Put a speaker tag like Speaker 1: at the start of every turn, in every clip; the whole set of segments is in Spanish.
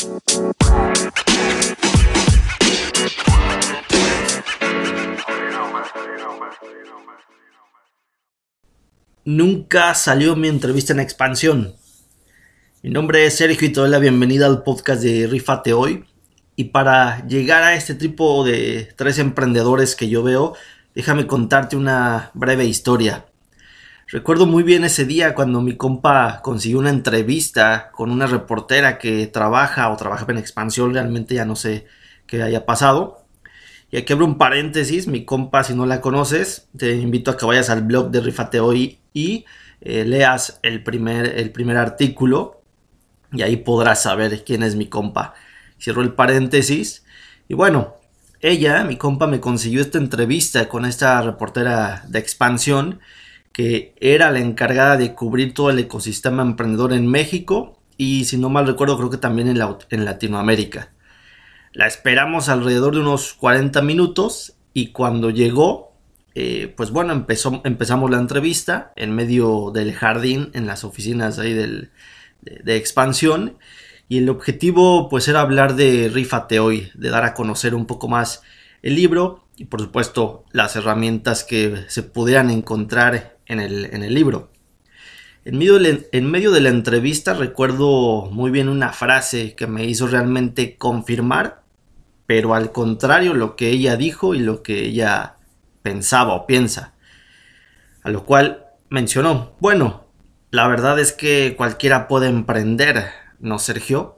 Speaker 1: Nunca salió mi entrevista en Expansión. Mi nombre es Sergio y te doy la bienvenida al podcast de Rífate Hoy. Y para llegar a este tipo de tres emprendedores que yo veo, déjame contarte una breve historia. Recuerdo muy bien ese día cuando mi compa consiguió una entrevista con una reportera que trabajaba en Expansión, realmente ya no sé qué haya pasado. Y aquí abro un paréntesis, mi compa, si no la conoces, te invito a que vayas al blog de Rífate Hoy y leas el primer artículo y ahí podrás saber quién es mi compa. Cierro el paréntesis y bueno, mi compa, me consiguió esta entrevista con esta reportera de Expansión que era la encargada de cubrir todo el ecosistema emprendedor en México y, si no mal recuerdo, creo que también en Latinoamérica. La esperamos alrededor de unos 40 minutos y cuando llegó, pues bueno, empezamos la entrevista en medio del jardín, en las oficinas ahí de Expansión. Y el objetivo pues era hablar de Rífate Hoy, de dar a conocer un poco más el libro y por supuesto las herramientas que se pudieran encontrar en el libro. En medio de la entrevista recuerdo muy bien una frase que me hizo realmente confirmar, pero al contrario, lo que ella dijo y lo que ella pensaba o piensa. A lo cual mencionó: bueno, la verdad es que cualquiera puede emprender, ¿no, Sergio?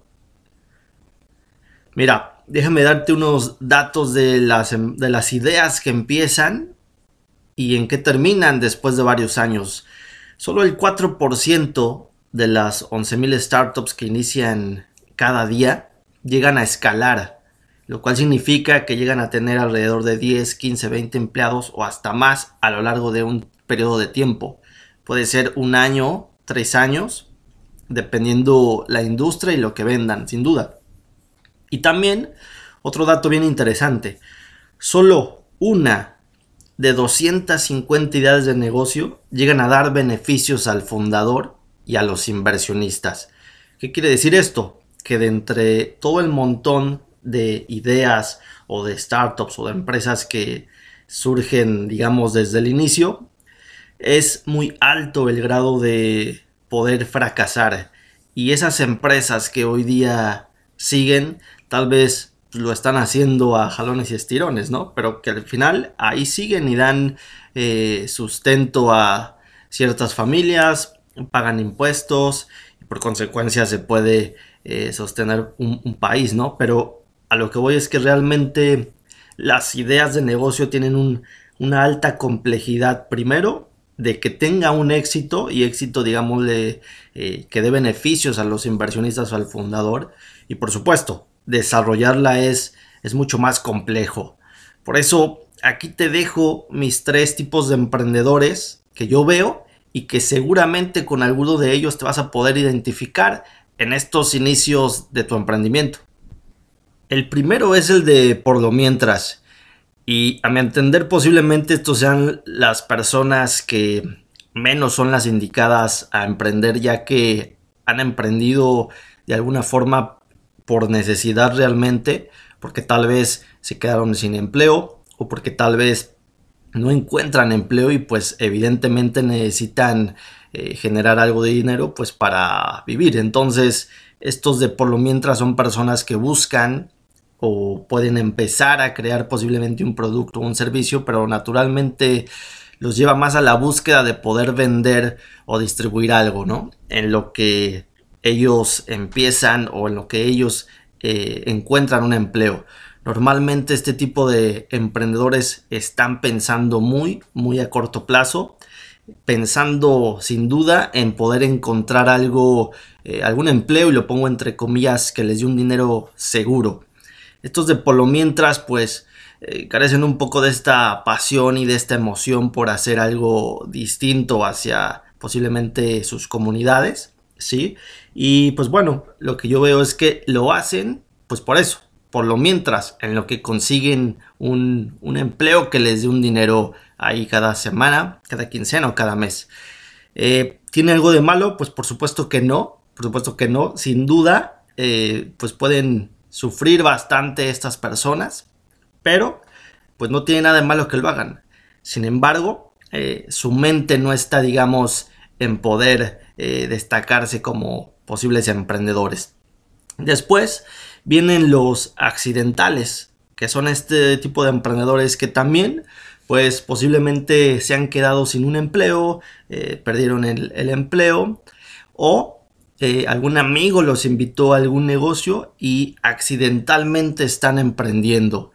Speaker 1: Mira, déjame darte unos datos de las ideas que empiezan y en qué terminan después de varios años. Solo el 4% de las 11,000 startups que inician cada día llegan a escalar, lo cual significa que llegan a tener alrededor de 10, 15, 20 empleados o hasta más a lo largo de un periodo de tiempo. Puede ser un año, 3 años, dependiendo la industria y lo que vendan, sin duda. Y también, otro dato bien interesante, solo una de 250 ideas de negocio llegan a dar beneficios al fundador y a los inversionistas. ¿Qué quiere decir esto? Que de entre todo el montón de ideas o de startups o de empresas que surgen, digamos, desde el inicio, es muy alto el grado de poder fracasar. Y esas empresas que hoy día siguen, tal vez lo están haciendo a jalones y estirones, ¿no? Pero que al final ahí siguen y dan sustento a ciertas familias, pagan impuestos y por consecuencia se puede sostener un país, ¿no? Pero a lo que voy es que realmente las ideas de negocio tienen una alta complejidad, primero, de que tenga un éxito, y éxito, digámosle, que dé beneficios a los inversionistas o al fundador, y por supuesto, desarrollarla es mucho más complejo. Por eso, aquí te dejo mis tres tipos de emprendedores que yo veo y que seguramente con alguno de ellos te vas a poder identificar en estos inicios de tu emprendimiento. El primero es el de por lo mientras. Y a mi entender, posiblemente estos sean las personas que menos son las indicadas a emprender, ya que han emprendido de alguna forma por necesidad realmente, porque tal vez se quedaron sin empleo o porque tal vez no encuentran empleo y pues evidentemente necesitan generar algo de dinero pues para vivir. Entonces estos de por lo mientras son personas que buscan o pueden empezar a crear posiblemente un producto o un servicio, pero naturalmente los lleva más a la búsqueda de poder vender o distribuir algo, ¿no? En lo que ellos empiezan o en lo que ellos encuentran un empleo. Normalmente este tipo de emprendedores están pensando muy, muy a corto plazo, pensando sin duda en poder encontrar algo, algún empleo, y lo pongo entre comillas, que les dé un dinero seguro. Estos de por lo mientras pues carecen un poco de esta pasión y de esta emoción por hacer algo distinto hacia posiblemente sus comunidades, ¿sí? Y pues bueno, lo que yo veo es que lo hacen pues por eso, por lo mientras, en lo que consiguen un empleo que les dé un dinero ahí cada semana, cada quincena o cada mes. ¿Tiene algo de malo? Pues por supuesto que no, sin duda. pues pueden sufrir bastante estas personas, pero pues no tiene nada de malo que lo hagan. Sin embargo, su mente no está, digamos, en poder destacarse como posibles emprendedores. Después vienen los accidentales, que son este tipo de emprendedores que también pues posiblemente se han quedado sin un empleo, perdieron el empleo, o algún amigo los invitó a algún negocio y accidentalmente están emprendiendo.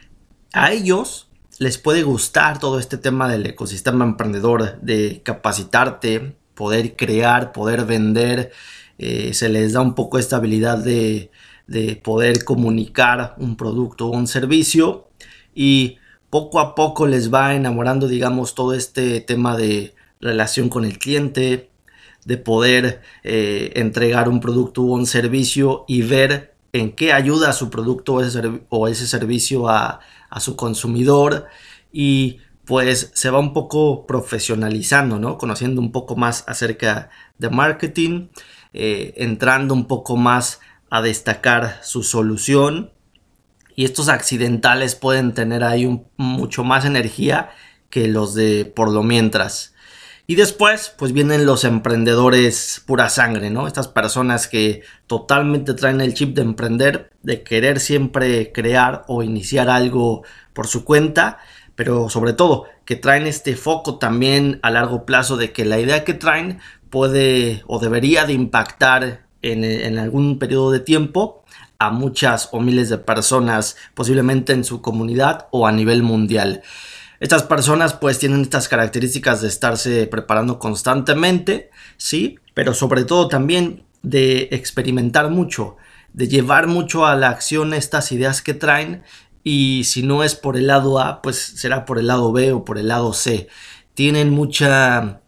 Speaker 1: A ellos les puede gustar todo este tema del ecosistema emprendedor, de capacitarte, poder crear, poder vender. Se les da un poco esta habilidad de poder comunicar un producto o un servicio, y poco a poco les va enamorando, digamos, todo este tema de relación con el cliente, de poder entregar un producto o un servicio y ver en qué ayuda su producto o ese servicio a su consumidor, y pues se va un poco profesionalizando, ¿no? Conociendo un poco más acerca de marketing, entrando un poco más a destacar su solución, y estos accidentales pueden tener ahí mucho más energía que los de por lo mientras. Y después, pues vienen los emprendedores pura sangre, ¿no? Estas personas que totalmente traen el chip de emprender, de querer siempre crear o iniciar algo por su cuenta, pero sobre todo que traen este foco también a largo plazo de que la idea que traen puede o debería de impactar en algún periodo de tiempo a muchas o miles de personas, posiblemente en su comunidad o a nivel mundial. Estas personas pues tienen estas características de estarse preparando constantemente, sí, pero sobre todo también de experimentar mucho, de llevar mucho a la acción estas ideas que traen, y si no es por el lado A, pues será por el lado B o por el lado C. Tienen mucha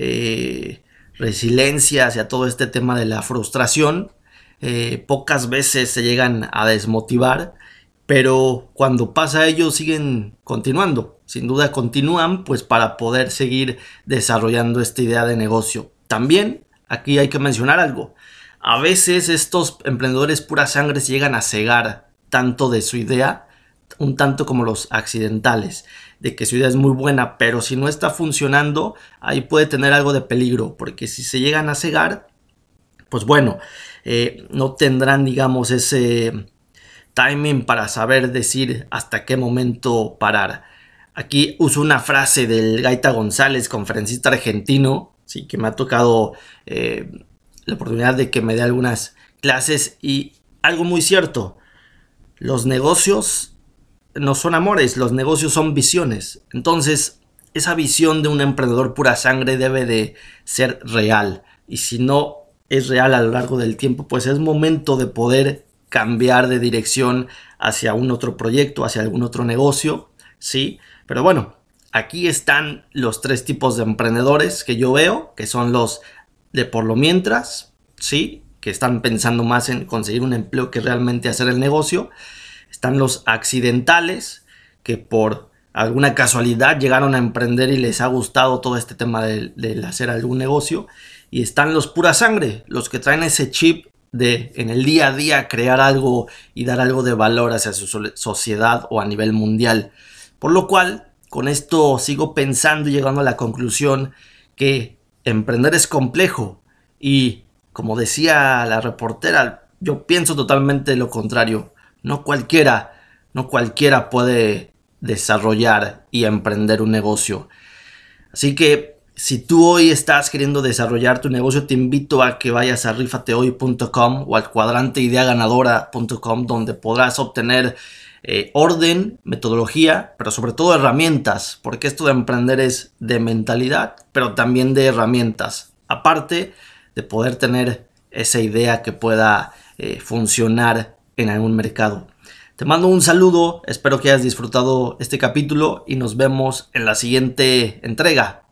Speaker 1: resiliencia hacia todo este tema de la frustración. Pocas veces se llegan a desmotivar, pero cuando pasa ello siguen continuando. Sin duda continúan pues para poder seguir desarrollando esta idea de negocio. También aquí hay que mencionar algo. A veces estos emprendedores pura sangre se llegan a cegar tanto de su idea, un tanto como los accidentales, de que su idea es muy buena, pero si no está funcionando, ahí puede tener algo de peligro, porque si se llegan a cegar, pues bueno, no tendrán, digamos, ese timing para saber decir hasta qué momento parar. Aquí uso una frase del Gaita González, conferencista argentino, sí, que me ha tocado la oportunidad de que me dé algunas clases, y algo muy cierto: los negocios no son amores, los negocios son visiones. Entonces, esa visión de un emprendedor pura sangre debe de ser real, y si no es real a lo largo del tiempo, pues es momento de poder cambiar de dirección hacia un otro proyecto, hacia algún otro negocio, ¿sí? Pero bueno, aquí están los tres tipos de emprendedores que yo veo, que son los de por lo mientras, ¿sí? Que están pensando más en conseguir un empleo que realmente hacer el negocio. Están los accidentales, que por alguna casualidad llegaron a emprender y les ha gustado todo este tema de hacer algún negocio. Y están los pura sangre, los que traen ese chip de en el día a día crear algo y dar algo de valor hacia su sociedad o a nivel mundial. Por lo cual, con esto sigo pensando y llegando a la conclusión que emprender es complejo, y como decía la reportera, yo pienso totalmente lo contrario. No cualquiera puede desarrollar y emprender un negocio. Así que si tú hoy estás queriendo desarrollar tu negocio, te invito a que vayas a rifatehoy.com o al cuadranteideaganadora.com, donde podrás obtener orden, metodología, pero sobre todo herramientas, porque esto de emprender es de mentalidad, pero también de herramientas, aparte de poder tener esa idea que pueda funcionar en algún mercado. Te mando un saludo, espero que hayas disfrutado este capítulo y nos vemos en la siguiente entrega.